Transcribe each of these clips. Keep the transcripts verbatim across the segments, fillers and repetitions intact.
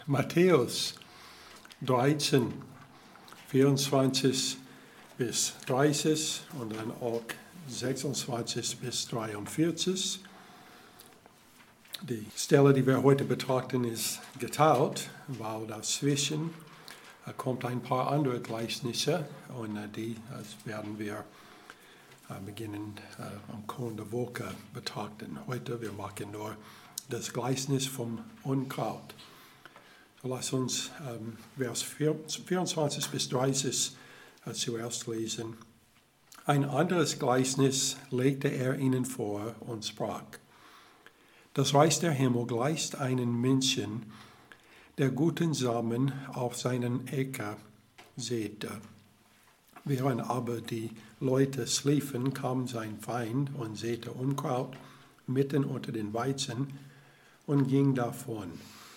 Matthäus dreizehn, vierundzwanzig bis dreißig und dann auch sechsundzwanzig bis dreiundvierzig. Die Stelle, die wir heute betrachten, ist geteilt, weil dazwischen äh, kommt ein paar andere Gleichnisse und äh, die äh, werden wir äh, beginnen äh, am kommenden Woche betrachten. Heute wir machen nur das Gleichnis vom Unkraut. So lass uns ähm, Vers vierundzwanzig bis dreißig äh, zuerst lesen. Ein anderes Gleichnis legte er ihnen vor und sprach: Das Reich der Himmel gleicht einem Menschen, der guten Samen auf seinen Äcker säte. Während aber die Leute schliefen, kam sein Feind und säte Unkraut mitten unter den Weizen und ging davon.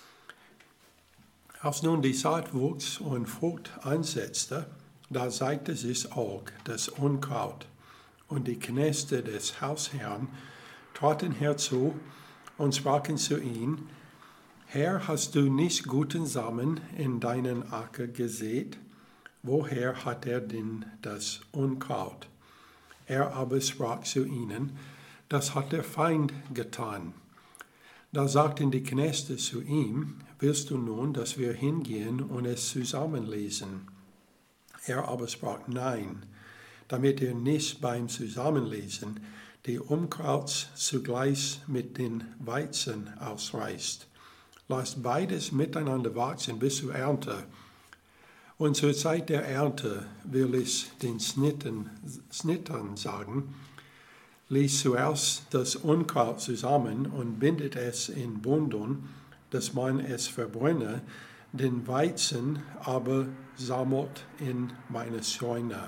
Als nun die Saat wuchs und Frucht ansetzte, da zeigte sich auch das Unkraut. Und die Knechte des Hausherrn traten herzu und sprachen zu ihm: Herr, hast du nicht guten Samen in deinen Acker gesät? Woher hat er denn das Unkraut? Er aber sprach zu ihnen: Das hat der Feind getan. Da sagten die Knechte zu ihm: Willst du nun, dass wir hingehen und es zusammenlesen? Er aber sprach: Nein, damit ihr nicht beim Zusammenlesen die Unkraut zugleich mit den Weizen ausreißt. Lasst beides miteinander wachsen bis zur Ernte. Und zur Zeit der Ernte will ich den Schnittern, Schnittern sagen: Legt zuerst das Unkraut zusammen und bindet es in Bundeln, dass man es verbrenne, den Weizen aber sammelt in meine Scheune.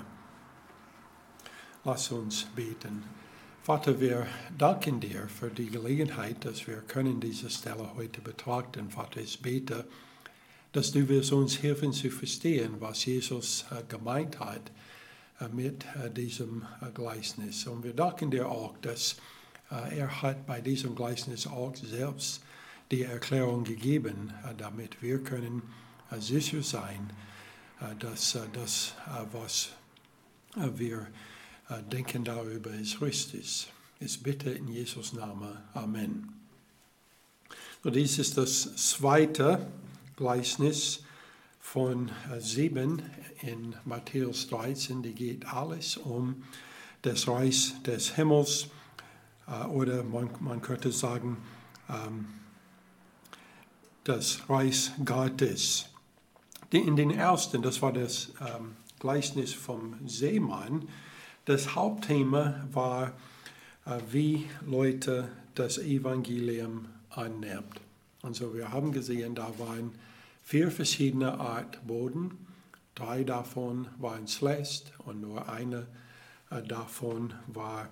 Lass uns beten. Vater, wir danken dir für die Gelegenheit, dass wir können diese Stelle heute betrachten. Vater, ich bete, dass du wirst uns helfen zu verstehen, was Jesus äh, gemeint hat äh, mit äh, diesem äh, Gleichnis. Und wir danken dir auch, dass äh, er hat bei diesem Gleichnis auch selbst die Erklärung gegeben, äh, damit wir können äh, sicher sein, äh, dass äh, das, äh, was äh, wir denken darüber ist richtig. Ich bitte in Jesus' Namen. Amen. So, dies ist das zweite Gleichnis von sieben in Matthäus dreizehn. Die geht alles um das Reich des Himmels oder man, man könnte sagen, das Reich Gottes. In den ersten, das war das Gleichnis vom Seemann. Das Hauptthema war, wie Leute das Evangelium annehmen. Also wir haben gesehen, da waren vier verschiedene Art Boden. Drei davon waren schlecht und nur eine davon war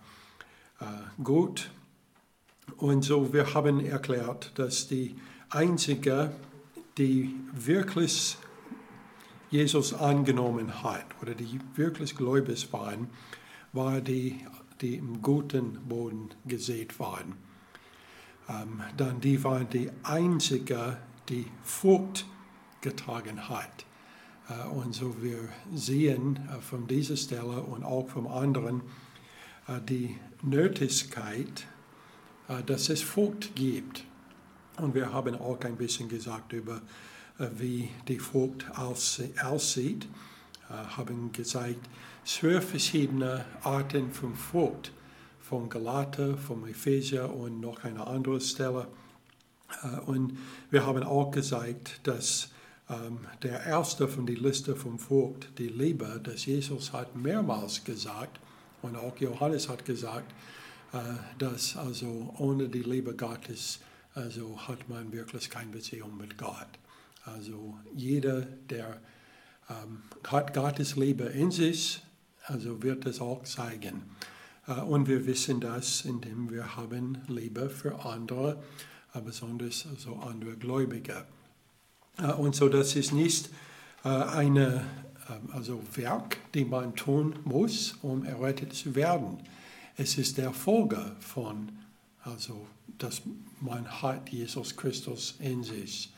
gut. Und so wir haben erklärt, dass die einzige, die wirklich Jesus angenommen hat oder die wirklich gläubig waren, war die, die im guten Boden gesät waren. Ähm, dann die waren die einzige, die Frucht getragen hat. Äh, und so wir sehen äh, von dieser Stelle und auch vom anderen äh, die Nötigkeit, äh, dass es Frucht gibt. Und wir haben auch ein bisschen gesagt über äh, wie die Frucht aussieht. Uh, haben gezeigt, zwölf verschiedene Arten von Frucht, von Galater, von Epheser und noch eine andere Stelle. Uh, und wir haben auch gezeigt, dass um, der erste von der Liste von Frucht, die Liebe, dass Jesus hat mehrmals gesagt, und auch Johannes hat gesagt, uh, dass also ohne die Liebe Gottes, also hat man wirklich keine Beziehung mit Gott. Also jeder, der Ähm, hat Gottes Liebe in sich, also wird es auch zeigen. Äh, und wir wissen das, indem wir haben Liebe für andere, äh, besonders also andere Gläubige. Äh, und so, das ist nicht äh, eine äh, also Werk, die man tun muss, um errettet zu werden. Es ist der Folge von, also, dass man hat Jesus Christus in sich.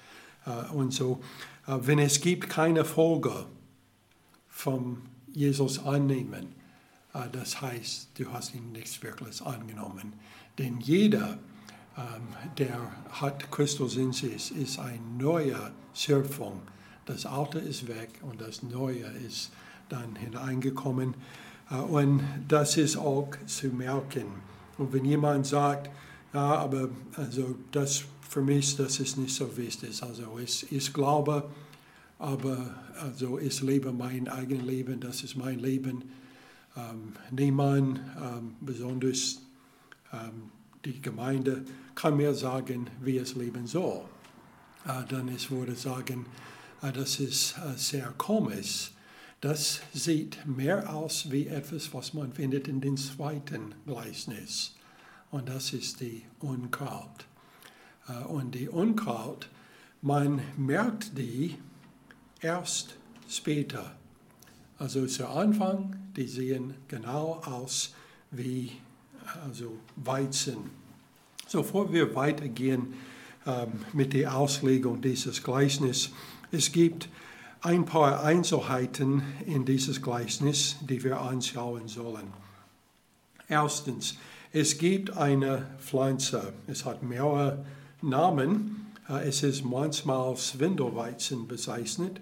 äh, und so. Äh, wenn es gibt keine Folge vom Jesus annehmen, äh, das heißt, du hast ihn nicht wirklich angenommen. Denn jeder, ähm, der hat Christus in sich, ist eine neue Schöpfung. Das Alte ist weg und das Neue ist dann hineingekommen. Und das ist auch zu merken. Und wenn jemand sagt, ja, aber also das für mich, das ist nicht so wichtig. Also ich, ich glaube, aber also ich lebe mein eigenes Leben, das ist mein Leben. Ähm, niemand, ähm, besonders ähm, die Gemeinde, kann mir sagen, wie es leben soll. Äh, dann ich würde sagen, das ist sehr komisch. Das sieht mehr aus wie etwas, was man findet in dem zweiten Gleichnis. Und das ist die Unkraut. Und die Unkraut, man merkt die erst später. Also zu Anfang, die sehen genau aus wie also Weizen. So, bevor wir weitergehen ähm, mit der Auslegung dieses Gleichnisses, es gibt ein paar Einzelheiten in dieses Gleichnis, die wir anschauen sollen. Erstens, es gibt eine Pflanze. Es hat mehrere Namen. Es ist manchmal Schwindelweizen bezeichnet.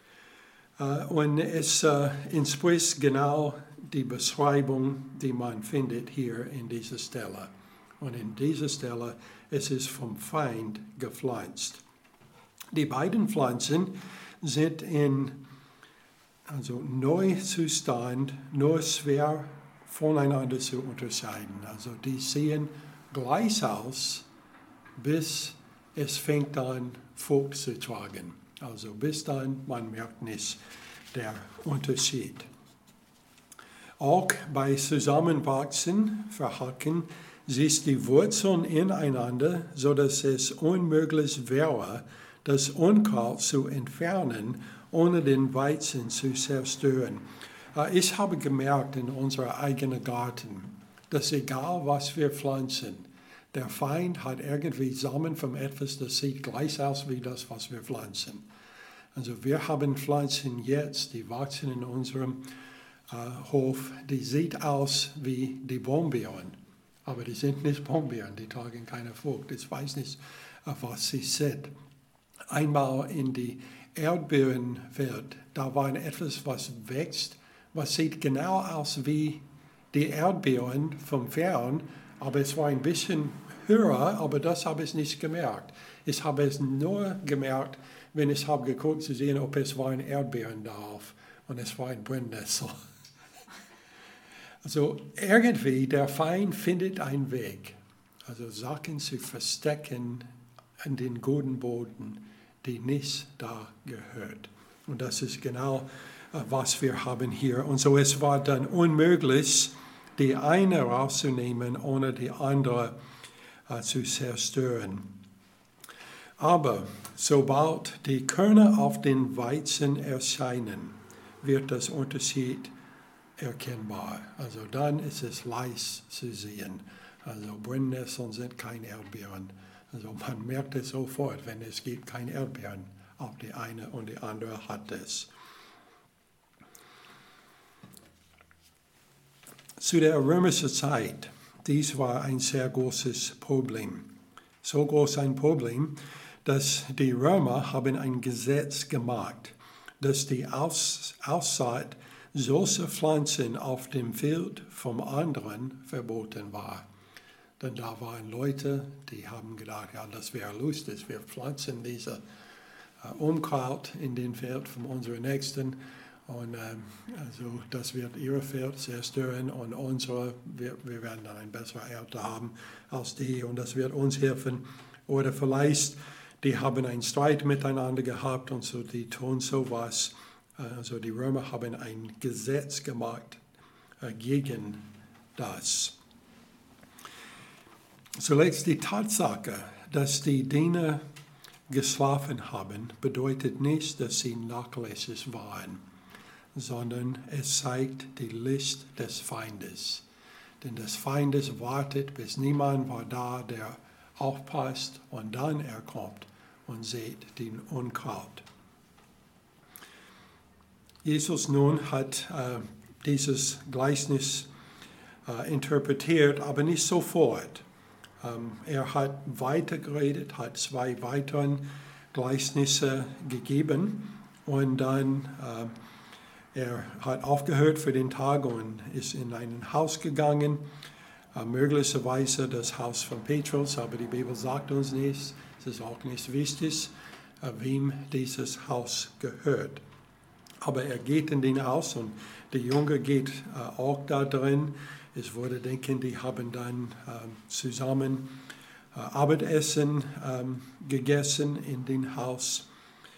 Und es entspricht genau die Beschreibung, die man findet hier in dieser Stelle. Und in dieser Stelle es ist vom Feind gepflanzt. Die beiden Pflanzen sind in also Neuzustand nur schwer voneinander zu unterscheiden. Also die sehen gleich aus, bis es fängt an, Frucht zu tragen. Also bis dann, man merkt nicht der Unterschied. Auch bei Zusammenwachsen, Verhacken, sich die Wurzeln ineinander, sodass es unmöglich wäre, das Unkraut zu entfernen, ohne den Weizen zu zerstören. Ich habe gemerkt in unserem eigenen Garten, dass egal was wir pflanzen, der Feind hat irgendwie Samen von etwas, das sieht gleich aus wie das, was wir pflanzen. Also wir haben Pflanzen jetzt, die wachsen in unserem äh, Hof, die sieht aus wie die Brombeeren. Aber die sind nicht Brombeeren, die tragen keine Frucht. Ich weiß nicht, was sie sind. Einmal in die Erdbeerenwelt, da war etwas, was wächst, was sieht genau aus wie die Erdbeeren vom Fern, aber es war ein bisschen höher, aber das habe ich nicht gemerkt. Ich habe es nur gemerkt, wenn ich habe geguckt zu sehen, ob es war ein Erdbeeren drauf und es war ein Brennnessel. Also irgendwie, der Feind findet einen Weg, also Sachen zu verstecken an den guten Boden, die nicht da gehört. Und das ist genau, was wir haben hier. Und so es war dann unmöglich, die eine rauszunehmen, ohne die andere uh, zu zerstören. Aber sobald die Körner auf den Weizen erscheinen, wird das Unterschied erkennbar. Also dann ist es leicht zu sehen. Also Brennnesseln sind keine Erdbeeren. Also man merkt es sofort, wenn es gibt keine Erdbeeren auf die eine und die andere hat es. Zu der römischen Zeit, dies war ein sehr großes Problem. So groß ein Problem, dass die Römer haben ein Gesetz gemacht, dass die Aus- Aussaat solcher Pflanzen auf dem Feld vom anderen verboten war. Denn da waren Leute, die haben gedacht, ja, das wäre lustig, wir pflanzen diese äh, Unkraut in den Feld von unseren Nächsten und ähm, also das wird ihr Feld zerstören und unsere, wir, wir werden dann ein besseres Ernte haben als die und das wird uns helfen. Oder vielleicht, die haben einen Streit miteinander gehabt und so, die tun sowas. Also die Römer haben ein Gesetz gemacht äh, gegen das. Zuletzt die Tatsache, dass die Diener geschlafen haben, bedeutet nicht, dass sie nachlässig waren, sondern es zeigt die List des Feindes. Denn des Feindes wartet, bis niemand war da, der aufpasst und dann er kommt und seht den Unkraut. Jesus nun hat äh, dieses Gleichnis äh, interpretiert, aber nicht sofort. Ähm, er hat weitergeredet, hat zwei weitere Gleichnisse gegeben und dann äh, er hat aufgehört für den Tag und ist in ein Haus gegangen, äh, möglicherweise das Haus von Petrus, aber die Bibel sagt uns nicht, es ist auch nicht wichtig, äh, wem dieses Haus gehört. Aber er geht in den Haus und der Junge geht äh, auch da drin. Ich würde denken, die haben dann äh, zusammen äh, Abendessen äh, gegessen in dem Haus.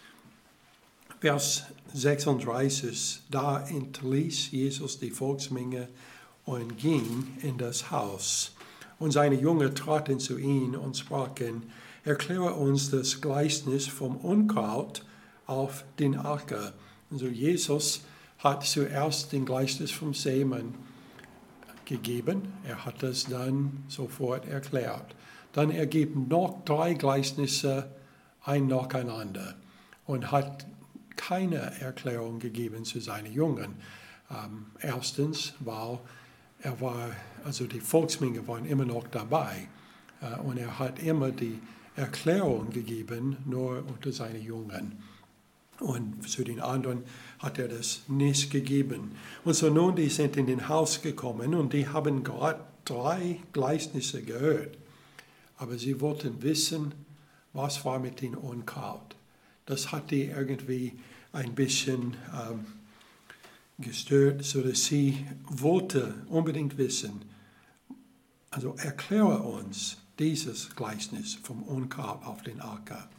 Vers sechsunddreißig, da entließ Jesus die Volksmenge und ging in das Haus. Und seine Jünger traten zu ihm und sprachen, erkläre uns das Gleichnis vom Unkraut auf den Acker. Also Jesus hat zuerst den Gleichnis vom Sämann gegeben. Er hat das dann sofort erklärt. Dann er gibt noch drei Gleichnisse ein nacheinander und hat keine Erklärung gegeben zu seinen Jüngern. Ähm, erstens, weil er war, also die Volksmenge waren immer noch dabei äh, und er hat immer die Erklärung gegeben, nur unter seinen Jüngern. Und zu den anderen hat er das nicht gegeben. Und so nun, die sind in den Haus gekommen und die haben gerade drei Gleichnisse gehört. Aber sie wollten wissen, was war mit den Unkraut. Das hat die irgendwie ein bisschen ähm, gestört, sodass sie wollte unbedingt wissen, also erkläre uns dieses Gleichnis vom Unkraut auf den Acker.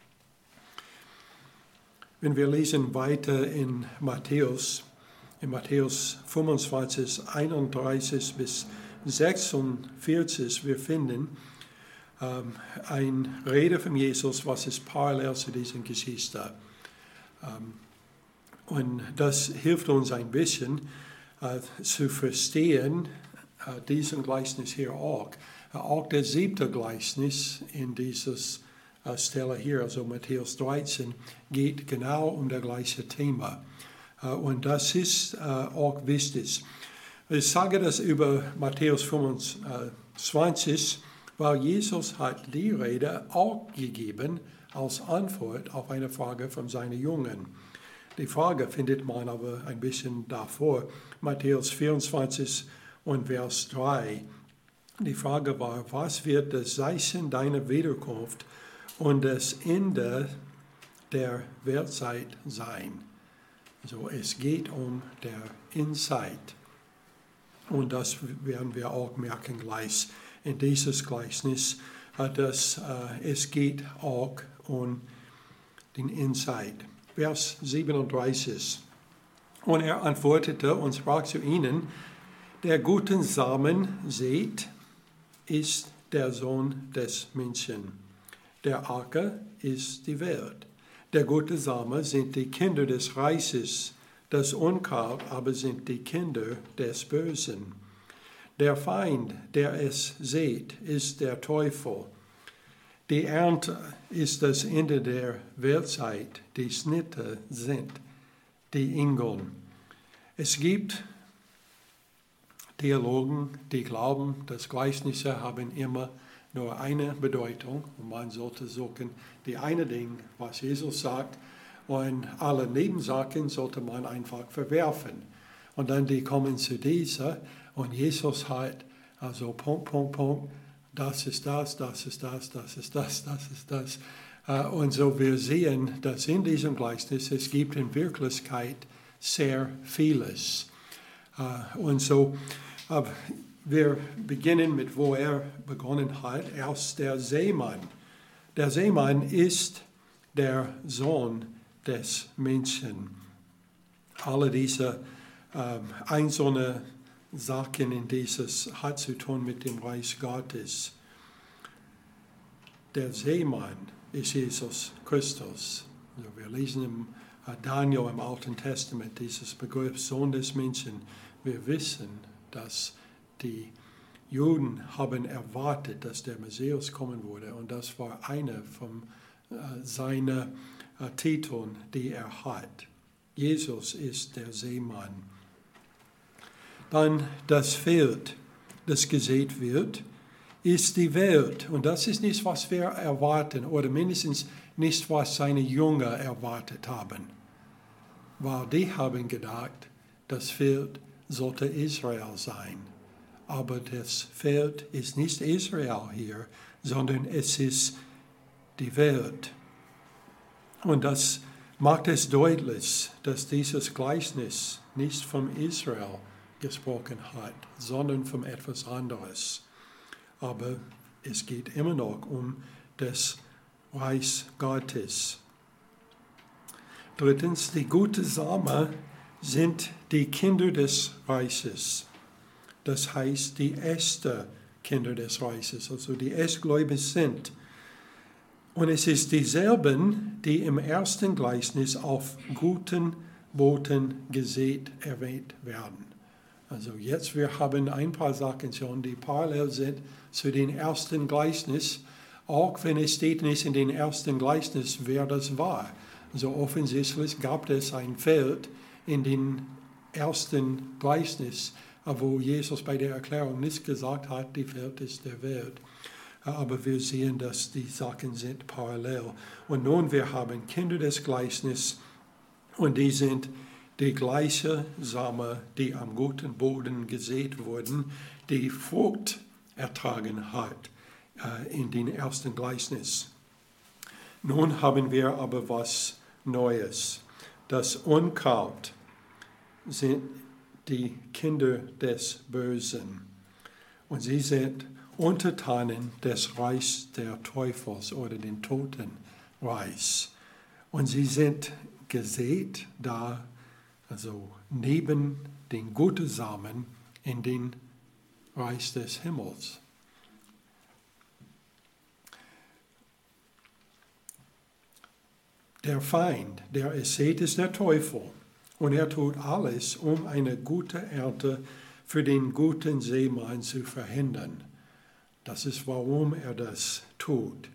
Wenn wir lesen weiter in Matthäus, in Matthäus fünfundzwanzig, einunddreißig bis sechsundvierzig, wir finden ähm, eine Rede von Jesus, was ist parallel zu dieser Geschichte. Ähm, und das hilft uns ein bisschen äh, zu verstehen, äh, diesen Gleichnis hier auch. Äh, auch der siebte Gleichnis in dieses Stelle hier, also Matthäus dreizehn, geht genau um das gleiche Thema. Und das ist auch wichtig. Ich sage das über Matthäus fünfundzwanzig, weil Jesus hat die Rede auch gegeben als Antwort auf eine Frage von seinen Jüngern. Die Frage findet man aber ein bisschen davor, Matthäus vierundzwanzig und Vers drei. Die Frage war, was wird das Zeichen deiner Wiederkunft und das Ende der Weltzeit sein? Also es geht um der Endzeit. Und das werden wir auch merken gleich in dieses Gleichnis, dass äh, es geht auch um den Endzeit. Vers siebenunddreißig. Und er antwortete und sprach zu ihnen, der guten Samen seht, ist der Sohn des Menschen. Der Acker ist die Welt. Der gute Same sind die Kinder des Reiches, das Unkraut aber sind die Kinder des Bösen. Der Feind, der es sät, ist der Teufel. Die Ernte ist das Ende der Weltzeit, die Schnitte sind die Ingeln. Es gibt Theologen, die glauben, dass Gleichnisse haben immer nur eine Bedeutung und man sollte suchen, die eine Ding, was Jesus sagt, und alle Nebensachen sollte man einfach verwerfen. Und dann die kommen zu dieser und Jesus hat also Punkt, Punkt, Punkt, das ist das, das ist das, das ist das, das ist das. Und so wir sehen, dass in diesem Gleichnis es gibt in Wirklichkeit sehr vieles. Und so wir beginnen mit, wo er begonnen hat, erst der Seemann. Der Seemann ist der Sohn des Menschen. Alle diese äh, einzelnen Sachen in dieses hat zu tun mit dem Reich Gottes. Der Seemann ist Jesus Christus. Also wir lesen im äh, Daniel im Alten Testament dieses Begriff Sohn des Menschen. Wir wissen, dass die Juden haben erwartet, dass der Messias kommen würde und das war einer vom seine Titel, die er hat. Jesus ist der Seemann. Dann das Feld, das gesät wird, ist die Welt. Und das ist nicht, was wir erwarten, oder mindestens nicht, was seine Jünger erwartet haben. Weil die haben gedacht, das Feld sollte Israel sein. Aber das Feld ist nicht Israel hier, sondern es ist die Welt. Und das macht es deutlich, dass dieses Gleichnis nicht von Israel gesprochen hat, sondern von etwas anderes. Aber es geht immer noch um das Reich Gottes. Drittens, die gute Samen sind die Kinder des Reiches. Das heißt, die ersten Kinder des Reiches, also die Erstgläubig sind. Und es ist dieselben, die im ersten Gleichnis auf guten Boden gesät erwähnt werden. Also jetzt, wir haben ein paar Sachen schon, die parallel sind zu den ersten Gleichnis, auch wenn es steht nicht in den ersten Gleichnis, wer das war. Also offensichtlich gab es ein Feld in den ersten Gleichnis, wo Jesus bei der Erklärung nicht gesagt hat, die Feld ist der Welt. Aber wir sehen, dass die Sachen sind parallel. Und nun, wir haben Kinder des Gleichnisses und die sind die gleiche Samen, die am guten Boden gesät wurden, die Frucht ertragen hat äh, in den ersten Gleichnis. Nun haben wir aber was Neues. Das Unkraut sind die Kinder des Bösen. Und sie sind Untertanen des Reichs der Teufels oder den Totenreichs. Und sie sind gesät da, also neben den guten Samen in den Reich des Himmels. Der Feind, der es sät, ist der Teufel. Und er tut alles, um eine gute Ernte für den guten Seemann zu verhindern. Das ist, warum er das tut.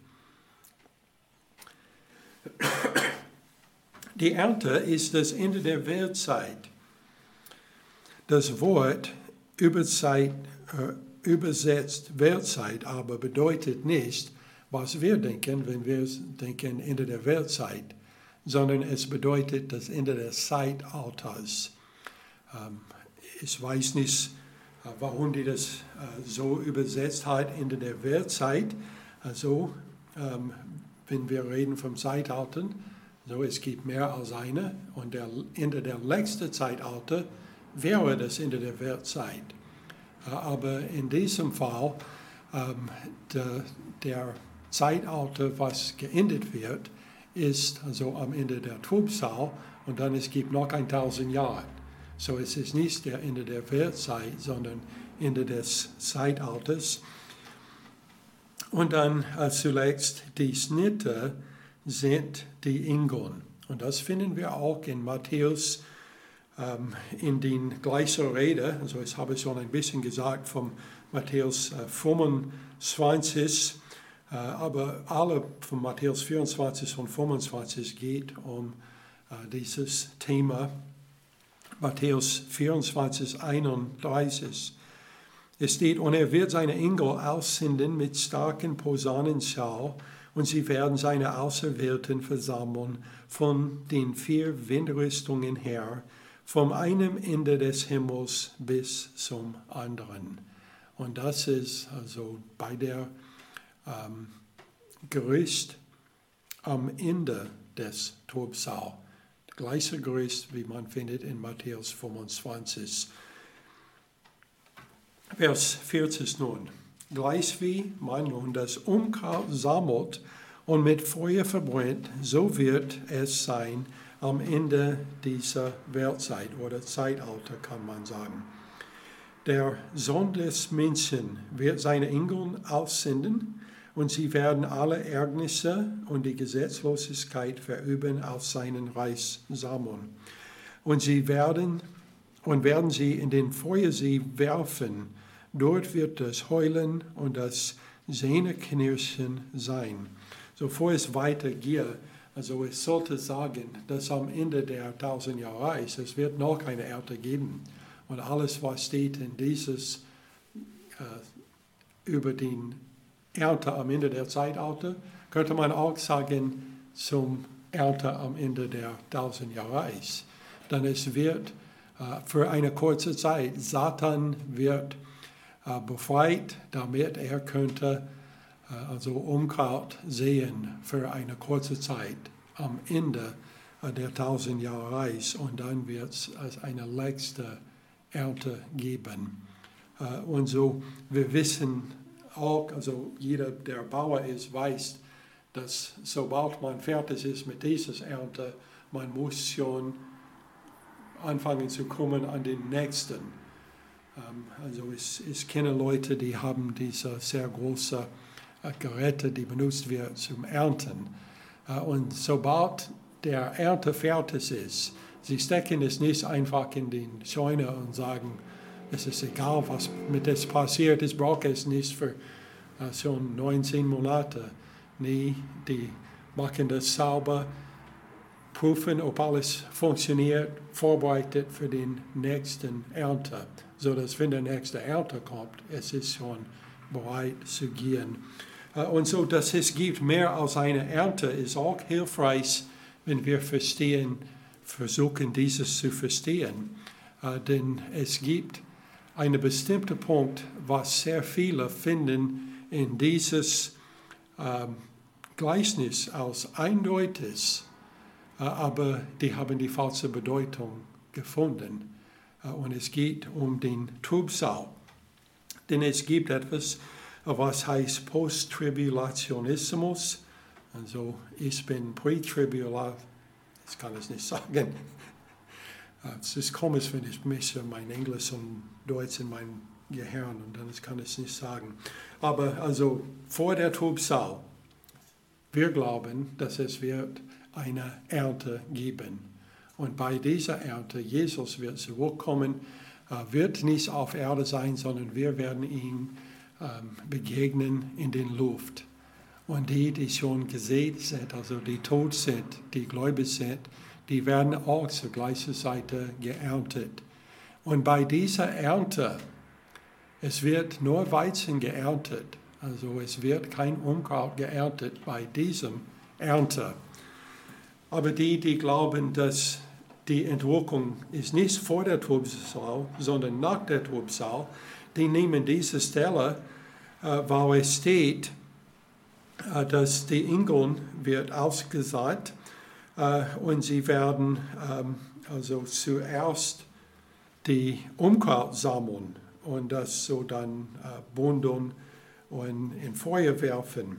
Die Ernte ist das Ende der Weltzeit. Das Wort Überzeit, äh, übersetzt Weltzeit aber bedeutet nicht, was wir denken, wenn wir denken Ende der Weltzeit, sondern es bedeutet das Ende des Zeitalters. Ähm, ich weiß nicht, äh, warum die das äh, so übersetzt hat, Ende der Weltzeit. Also, ähm, wenn wir reden vom Zeitalter, so es gibt mehr als eine, und der Ende der letzten Zeitalter wäre das Ende der Weltzeit. Äh, aber in diesem Fall, ähm, der, der Zeitalter, was geendet wird, ist also am Ende der Trübsal und dann es gibt noch tausend Jahre. So es ist nicht der Ende der Weltzeit, sondern Ende des Zeitalters. Und dann äh, zuletzt die Schnitte sind die Engeln. Und das finden wir auch in Matthäus ähm, in den gleichen Rede. Also ich habe schon ein bisschen gesagt vom Matthäus äh, fünfundzwanzig. Aber alle von Matthäus vierundzwanzig und fünfundzwanzig geht um äh, dieses Thema. Matthäus vierundzwanzig, einunddreißig. Es steht, und er wird seine Engel aussenden mit starken Posaunenschall, und sie werden seine Auserwählten versammeln von den vier Windrichtungen her, vom einen Ende des Himmels bis zum anderen. Und das ist also bei der Ähm, Gericht am Ende des Trübsal. Das gleiche Gericht, wie man findet in Matthäus fünfundzwanzig. Vers vierzig nun. Gleich wie man nun das Unkraut sammelt und mit Feuer verbrennt, so wird es sein am Ende dieser Weltzeit oder Zeitalter, kann man sagen. Der Sohn des Menschen wird seine Engel aussenden, und sie werden alle Ärgernisse und die Gesetzlosigkeit verüben auf seinen Reichssamen. Und sie werden, und werden sie in den Feuersee werfen. Dort wird das Heulen und das Zähneknirschen sein. So bevor es weitergeht, also es sollte sagen, dass am Ende der tausend Jahre Reich, es wird noch keine Ernte geben. Und alles, was steht in dieses äh, über den Ernte am Ende der Zeitalter, könnte man auch sagen zum Ernte am Ende der tausend Jahre Reich. Denn es wird äh, für eine kurze Zeit, Satan wird äh, befreit, damit er könnte äh, also Unkraut sehen für eine kurze Zeit am Ende äh, der tausend Jahre Reich. Und dann wird es als eine letzte Ernte geben. Äh, und so, wir wissen auch, also jeder, der Bauer ist, weiß, dass sobald man fertig ist mit dieser Ernte, man muss schon anfangen zu kommen an den nächsten. Ähm, also es, es kennen Leute, die haben diese sehr großen äh, Geräte, die benutzt werden zum Ernten. Äh, und sobald der Ernte fertig ist, sie stecken es nicht einfach in die Scheune und sagen, es ist egal, was mit es passiert, ich brauche es nicht für äh, schon neunzehn Monate. Nee, die machen das sauber, prüfen, ob alles funktioniert, vorbereitet für den nächsten Ernte, sodass, wenn der nächste Ernte kommt, es ist schon bereit zu gehen. Und so, dass es gibt mehr als eine Ernte, ist auch hilfreich, wenn wir verstehen, versuchen, dieses zu verstehen. Denn es gibt einen bestimmten Punkt, was sehr viele finden in dieses ähm, Gleichnis als eindeutig, äh, aber die haben die falsche Bedeutung gefunden. Äh, und es geht um den Trübsal. Denn es gibt etwas, was heißt Posttribulationismus. Also ich bin Pre-Tribulation, ich kann es nicht sagen. Es ist komisch, wenn ich mische mein Englisch und Deutsch in mein Gehirn und dann kann ich es nicht sagen. Aber also vor der Trübsal, wir glauben, dass es wird eine Ernte geben. Und bei dieser Ernte, Jesus wird zurückkommen, wird nicht auf Erde sein, sondern wir werden ihm begegnen in den Luft. Und die, die schon gesät sind, also die tot sind, die gläubig sind, die werden auch zur gleichen Seite geerntet. Und bei dieser Ernte, es wird nur Weizen geerntet, also es wird kein Unkraut geerntet bei diesem Ernte. Aber die, die glauben, dass die Entrückung ist nicht vor der Trübsal, sondern nach der Trübsal, die nehmen diese Stelle, äh, wo es steht, äh, dass die Ingeln wird ausgesät äh, und sie werden ähm, also zuerst die Unkraut sammeln und das so dann äh, bundeln und in Feuer werfen.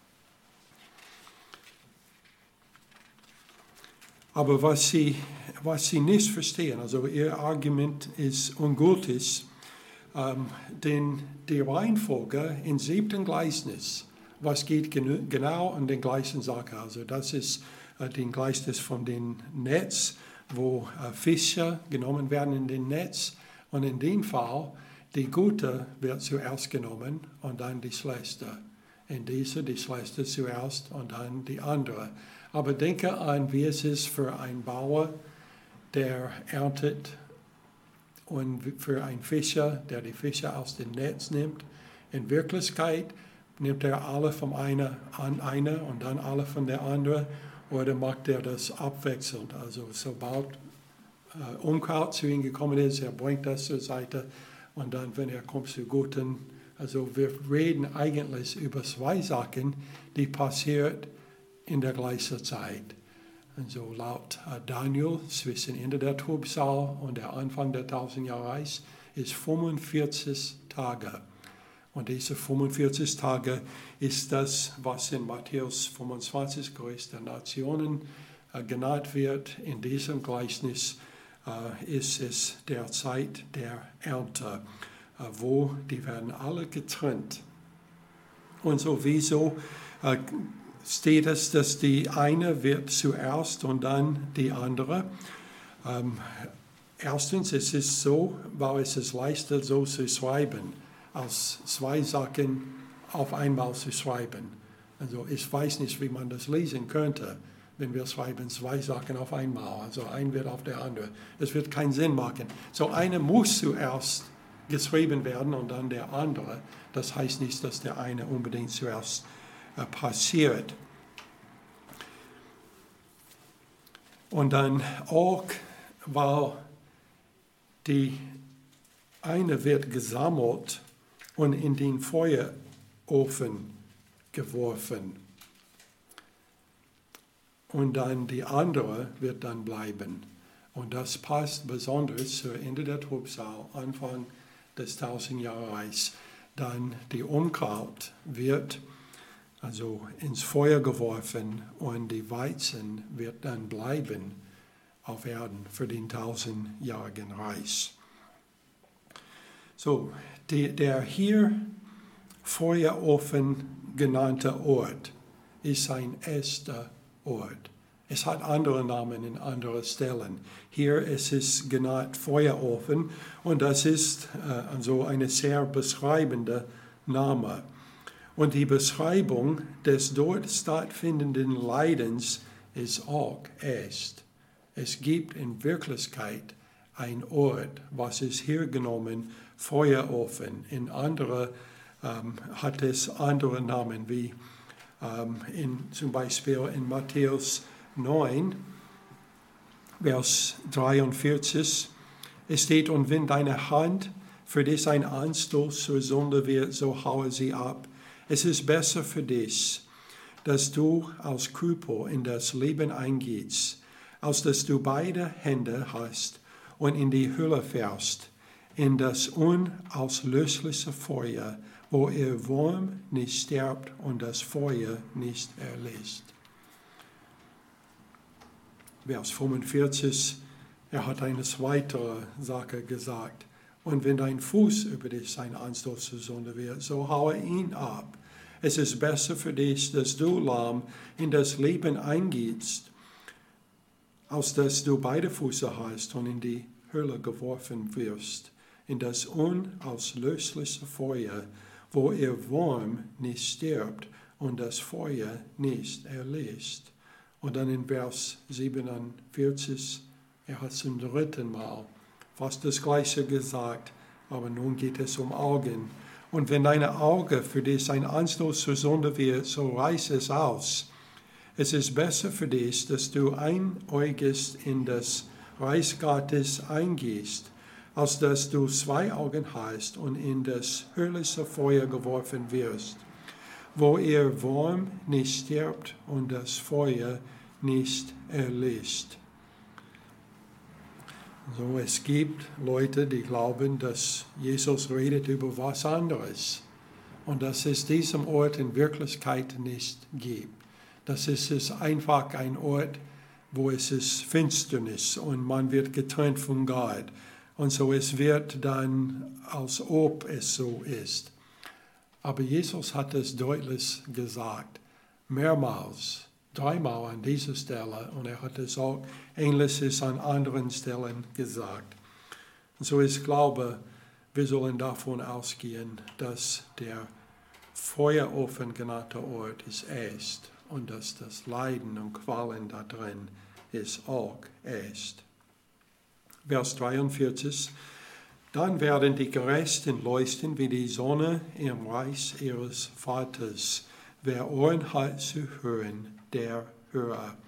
Aber was sie, was sie nicht verstehen, also ihr Argument ist ungültig, ähm, denn die Reihenfolge im siebten Gleichnis, was geht gen- genau an den gleichen Sache, also das ist äh, den Gleichnis von dem Netz, wo äh, Fische genommen werden in den Netz und in dem Fall die Gute wird zuerst genommen und dann die Schlechte. In dieser die Schlechte zuerst und dann die andere. Aber denke an, wie es ist für einen Bauer, der erntet und für einen Fischer, der die Fische aus dem Netz nimmt. In Wirklichkeit nimmt er alle von einer an einer und dann alle von der anderen oder macht er das abwechselnd. Also sobald äh, Unkraut zu ihm gekommen ist, er bringt das zur Seite. Und dann, wenn er kommt zu Guten, also wir reden eigentlich über zwei Sachen, die passiert in der gleichen Zeit. Und so laut Daniel, zwischen Ende der Trübsal und der Anfang der tausend Jahre Reich, ist fünfundvierzig Tage. Und diese fünfundvierzig Tage ist das, was in Matthäus fünfundzwanzig, Gericht der Nationen, äh, genannt wird. In diesem Gleichnis äh, ist es der Zeit der Ernte, äh, wo die werden alle getrennt. Und sowieso äh, steht es, dass die eine wird zuerst und dann die andere. Ähm, erstens, es ist so, weil es ist leichter so zu schreiben, als zwei Sachen auf einmal zu schreiben. Also ich weiß nicht, wie man das lesen könnte, wenn wir schreiben zwei Sachen auf einmal. Also ein wird auf der andere. Es wird keinen Sinn machen. So eine muss zuerst geschrieben werden und dann der andere. Das heißt nicht, dass der eine unbedingt zuerst äh, passiert. Und dann auch, weil die eine wird gesammelt und in den Feuerofen geworfen. Und dann die andere wird dann bleiben. Und das passt besonders zu Ende der Trübsal, Anfang des Tausendjahrereichs. Dann die Unkraut wird also ins Feuer geworfen und die Weizen wird dann bleiben auf Erden für den tausendjährigen Reich. So, die, der hier Feuerofen genannte Ort ist ein erster Ort. Es hat andere Namen in anderen Stellen. Hier ist es genannt Feuerofen und das ist äh, also eine sehr beschreibende Name. Und die Beschreibung des dort stattfindenden Leidens ist auch erst. Es gibt in Wirklichkeit ein Ort, was ist hier genommen, Feuerofen. In andere ähm, hat es andere Namen, wie ähm, in, zum Beispiel in Matthäus neun, Vers dreiundvierzig. Es steht, und wenn deine Hand für dich ein Anstoß zur Sünde wird, so haue sie ab. Es ist besser für dich, dass du als Krüppel in das Leben eingehst, als dass du beide Hände hast und in die Hölle fährst, in das unauslöschliche Feuer, wo ihr Wurm nicht stirbt und das Feuer nicht erlischt. Vers fünfundvierzig, er hat eine weitere Sache gesagt. Und wenn dein Fuß über dich ein Anstoß zur Sünde wird, so haue ihn ab. Es ist besser für dich, dass du lahm in das Leben eingehst, als dass du beide Füße hast und in die Hölle geworfen wirst, in das unauslöschliche Feuer, wo ihr Wurm nicht stirbt und das Feuer nicht erlischt. Und dann in Vers siebenundvierzig, er hat zum dritten Mal fast das Gleiche gesagt, aber nun geht es um Augen. Und wenn deine Auge für dich ein Anstoß zur Sünde wird, so reiß es aus. Es ist besser für dich, dass du einäugig in das Reich Gottes eingehst, als dass du zwei Augen hast und in das höllische Feuer geworfen wirst, wo ihr Wurm nicht stirbt und das Feuer nicht erlischt. So, es gibt Leute, die glauben, dass Jesus redet über was anderes und dass es diesem Ort in Wirklichkeit nicht gibt. Das ist es einfach ein Ort, wo es ist Finsternis und man wird getrennt von Gott. Und so es wird dann, als ob es so ist. Aber Jesus hat es deutlich gesagt, mehrmals. Dreimal an dieser Stelle und er hat es auch Ähnliches an anderen Stellen gesagt. Und so ich glaube, wir sollen davon ausgehen, dass der Feuerofen genannte Ort ist erst und dass das Leiden und Qualen da drin ist auch erst. Vers dreiundvierzig. Dann werden die Gerechten leuchten wie die Sonne im Reich ihres Vaters. Wer Ohren hat zu hören, der höre.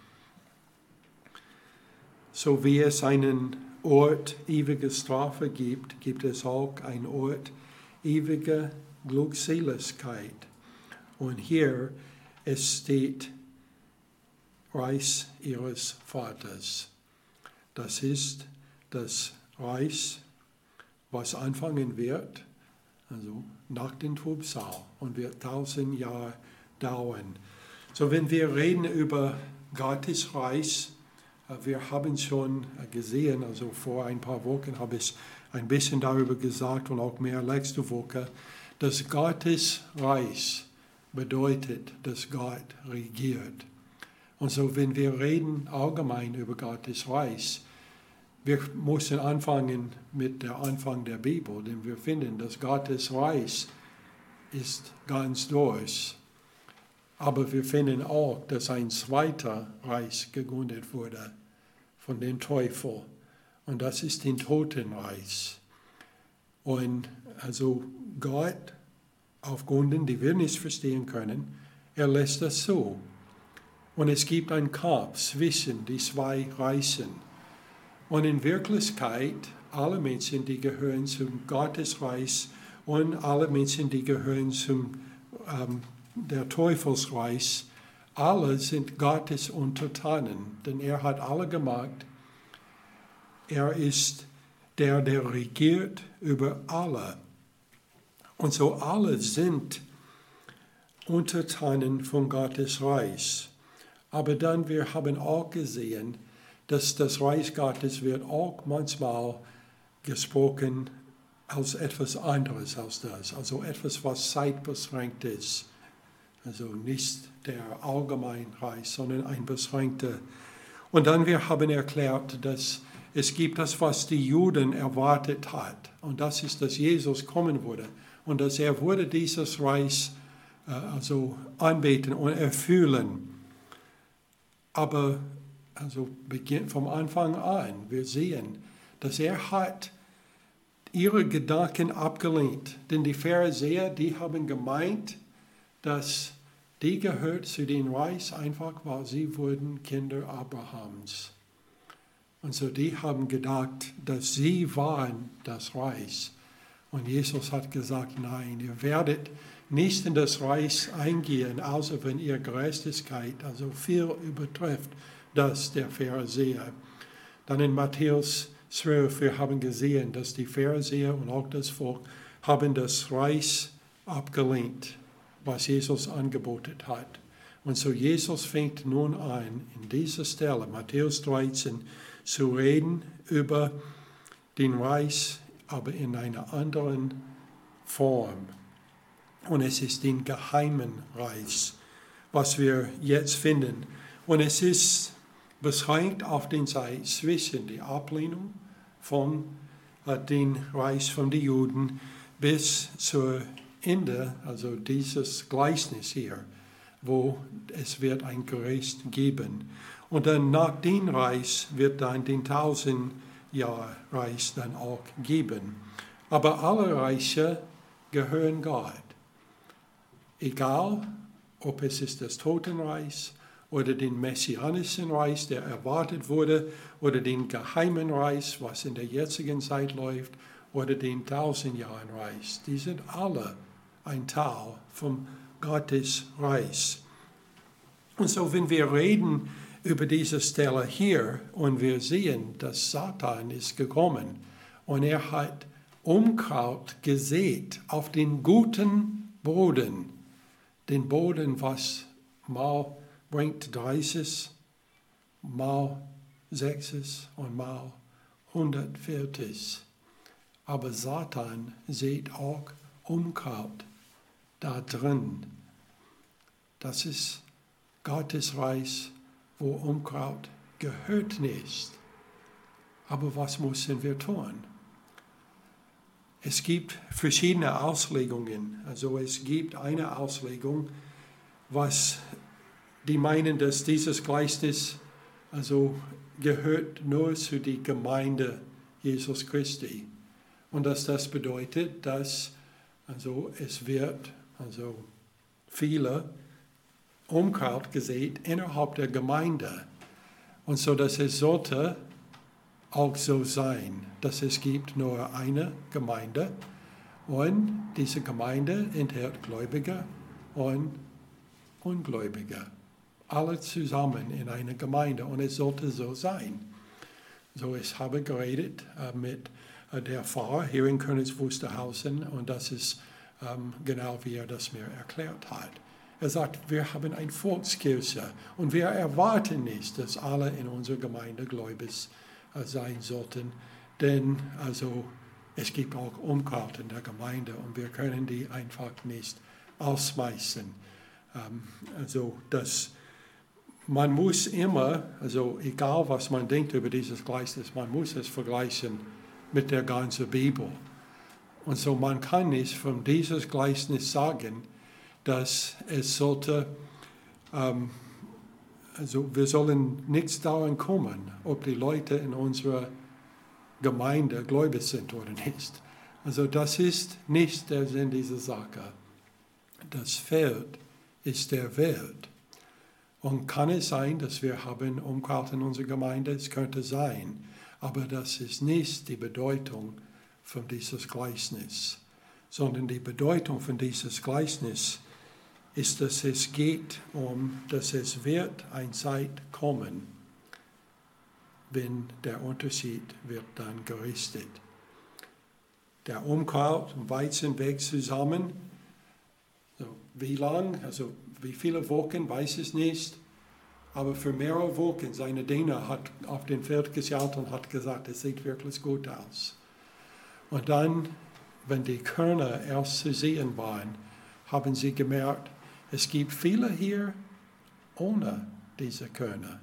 So wie es einen Ort ewiger Strafe gibt, gibt es auch einen Ort ewiger Glückseligkeit. Und hier es steht Reich ihres Vaters. Das ist das Reich, was anfangen wird, also nach dem Trübsal und wird tausend Jahre dauern. So, wenn wir reden über Gottes Reich, wir haben schon gesehen, also vor ein paar Wochen habe ich ein bisschen darüber gesagt und auch mehr letzte Woche, dass Gottes Reich bedeutet, dass Gott regiert. Und so, wenn wir reden allgemein über Gottes Reich, wir müssen anfangen mit dem Anfang der Bibel, denn wir finden, dass Gottes Reich ist ganz durch. Aber wir finden auch, dass ein zweiter Reich gegründet wurde von dem Teufel. Und das ist den Totenreich. Und also Gott, auf Gründen, die wir nicht verstehen können, er lässt das so. Und es gibt einen Kampf zwischen die zwei Reichen. Und in Wirklichkeit, alle Menschen, die gehören zum Gottesreich und alle Menschen, die gehören zum ähm, der Teufelsreich, alle sind Gottes Untertanen, denn er hat alle gemacht. Er ist der, der regiert über alle. Und so alle sind Untertanen von Gottes Reich. Aber dann, wir haben auch gesehen, dass das Reich Gottes wird auch manchmal gesprochen als etwas anderes als das, also etwas, was zeitbeschränkt ist. Also nicht der allgemeine Reich, sondern ein beschränkter. Und dann wir haben erklärt, dass es gibt das, was die Juden erwartet hat. Und das ist, dass Jesus kommen würde. Und dass er würde dieses Reich äh, also anbeten und erfüllen. Aber also beginnt vom Anfang an, wir sehen, dass er hat ihre Gedanken abgelehnt. Denn die Pharisäer, die haben gemeint, dass die gehört zu den Reich einfach, weil sie wurden Kinder Abrahams. Und so die haben gedacht, dass sie waren das Reich. Und Jesus hat gesagt, nein, ihr werdet nicht in das Reich eingehen, außer wenn ihr Gerechtigkeit, also viel übertrifft, das der Pharisäer. Dann in Matthäus zwölf, wir haben gesehen, dass die Pharisäer und auch das Volk haben das Reich abgelehnt, was Jesus angeboten hat. Und so Jesus fängt nun an, in dieser Stelle, Matthäus dreizehn, zu reden über den Reich, aber in einer anderen Form. Und es ist den geheimen Reich, was wir jetzt finden. Und es ist beschränkt auf den Zeit zwischen der Ablehnung von äh, dem Reich von den Juden bis zum Ende, also dieses Gleichnis hier, wo es wird ein Gericht geben. Und dann nach dem Reich wird dann den tausend Jahre Reich dann auch geben. Aber alle Reiche gehören Gott. Egal, ob es ist das Totenreich oder den messianischen Reich, der erwartet wurde, oder den geheimen Reich, was in der jetzigen Zeit läuft, oder den tausend Jahren Reich. Die sind alle ein Teil vom Gottes Reich. Und so, wenn wir reden über diese Stelle hier und wir sehen, dass Satan ist gekommen und er hat Unkraut gesät auf den guten Boden, den Boden, was mal bringt dreißig, mal sechzig und mal hundertvierzig. Aber Satan sieht auch Unkraut da drin. Das ist Gottes Reich, wo Unkraut gehört nicht. Aber was müssen wir tun? Es gibt verschiedene Auslegungen. Also es gibt eine Auslegung, was die meinen, dass dieses Gleichnis also gehört nur zu der Gemeinde Jesus Christi. Und dass das bedeutet, dass also es wird also viele Unkraut gesät innerhalb der Gemeinde. Und so, dass es sollte auch so sein, dass es gibt nur eine Gemeinde und diese Gemeinde enthält Gläubige und Ungläubige. Alle zusammen in einer Gemeinde und es sollte so sein. So, ich habe geredet äh, mit äh, der Pfarrer hier in Königs Wusterhausen und das ist ähm, genau wie er das mir erklärt hat. Er sagt, wir haben eine Volkskirche und wir erwarten nicht, dass alle in unserer Gemeinde gläubig äh, sein sollten, denn also es gibt auch Unkraut in der Gemeinde und wir können die einfach nicht ausschmeißen. Ähm, also das Man muss immer, also egal was man denkt über dieses Gleichnis, man muss es vergleichen mit der ganzen Bibel. Und so man kann nicht von dieses Gleichnis sagen, dass es sollte ähm, also wir sollen nichts daran kommen, ob die Leute in unserer Gemeinde gläubig sind oder nicht. Also das ist nicht der Sinn dieser Sache. Das Feld ist der Welt. Und kann es sein, dass wir haben Unkraut in unserer Gemeinde? Es könnte sein. Aber das ist nicht die Bedeutung von dieses Gleichnis. Sondern die Bedeutung von dieses Gleichnis ist, dass es geht um, dass es wird eine Zeit kommen, wenn der Unterschied wird dann gerichtet. Der Unkraut und Weizen wächst zusammen. So, wie lang, also wie viele Wochen, weiß es nicht. Aber für mehrere Wochen, seine Diener hat auf den Feld geschaut und hat gesagt, es sieht wirklich gut aus. Und dann, wenn die Körner erst zu sehen waren, haben sie gemerkt, es gibt viele hier ohne diese Körner.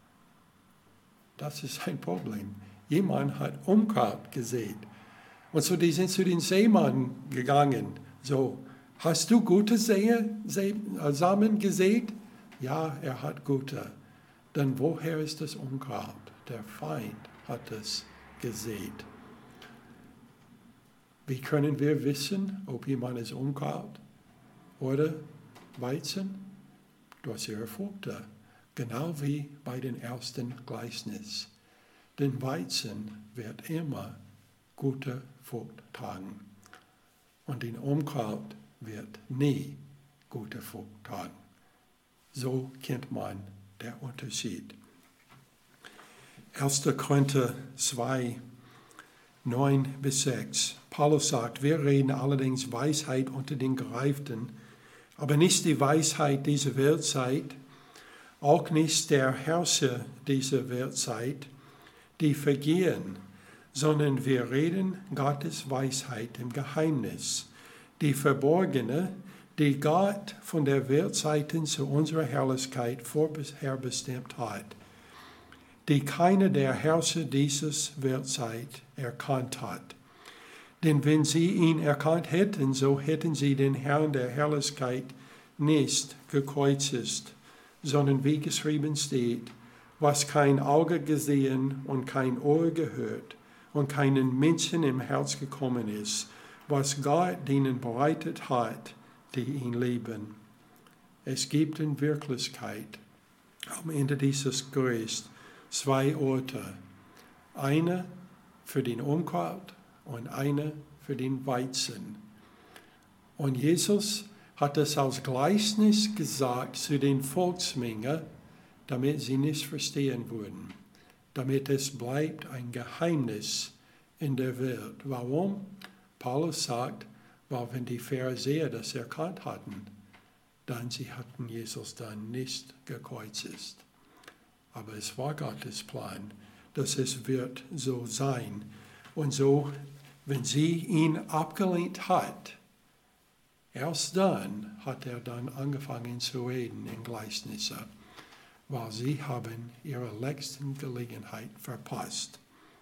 Das ist ein Problem. Jemand hat Unkraut gesät. Und so, die sind zu den Seemann gegangen. So, hast du gute See, See, Samen gesät? Ja, er hat gute. Dann woher ist das Unkraut? Der Feind hat es gesät. Wie können wir wissen, ob jemand ist Unkraut oder Weizen? Durch ihre Früchte. Genau wie bei den ersten Gleichnis. Denn Weizen wird immer gute Frucht tragen. Und den Unkraut wird nie gute Frucht tragen. So kennt man den Unterschied. erster Korinther zwei, neun bis sechs. Paulus sagt, wir reden allerdings Weisheit unter den Gereiften, aber nicht die Weisheit dieser Weltzeit, auch nicht der Herrscher dieser Weltzeit, die vergehen, sondern wir reden Gottes Weisheit im Geheimnis, die verborgene, die Gott von der Weltzeiten zu unserer Herrlichkeit vorher bestimmt hat, die keiner der Herrscher dieses Weltzeit erkannt hat. Denn wenn sie ihn erkannt hätten, so hätten sie den Herrn der Herrlichkeit nicht gekreuzigt, sondern wie geschrieben steht, was kein Auge gesehen und kein Ohr gehört und keinen Menschen im Herz gekommen ist, was Gott denen bereitet hat, die ihn lieben. Es gibt in Wirklichkeit am Ende dieses Gerichts zwei Orte. Eine für den Unkraut und eine für den Weizen. Und Jesus hat es als Gleichnis gesagt zu den Volksmengen, damit sie nicht verstehen würden, damit es bleibt ein Geheimnis in der Welt. Warum? Paulus sagt, weil wenn die Pharisäer das erkannt hatten, dann sie hatten Jesus dann nicht gekreuzigt. Aber es war Gottes Plan, dass es wird so sein. Und so, wenn sie ihn abgelehnt hat, erst dann hat er dann angefangen zu reden in Gleichnisse, weil sie haben ihre letzte Gelegenheit verpasst.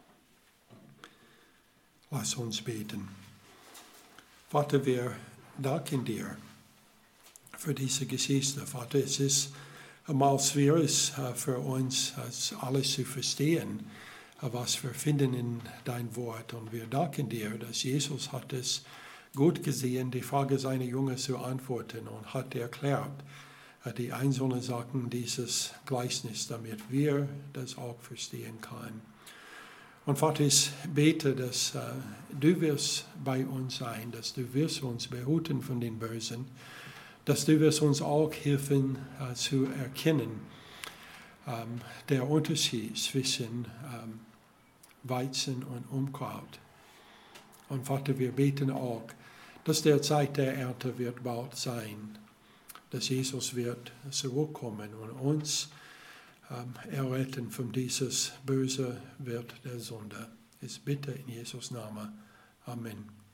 Lass uns beten. Vater, wir danken dir für diese Geschichte. Vater, es ist einmal schwierig für uns, alles zu verstehen, was wir finden in dein Wort. Und wir danken dir, dass Jesus hat es gut gesehen, die Frage seiner Jünger zu antworten und hat erklärt die einzelnen Sachen dieses Gleichnis, damit wir das auch verstehen können. Und Vater, ich bete, dass äh, du wirst bei uns sein, dass du wirst uns behüten von den Bösen, dass du wirst uns auch helfen äh, zu erkennen, ähm, der Unterschied zwischen ähm, Weizen und Unkraut. Und Vater, wir beten auch, dass der Zeit der Ernte wird bald sein, dass Jesus wird zurückkommen und uns ähm, erretten von dieses böse Welt der Sünde. Ich bitte in Jesus' Namen. Amen.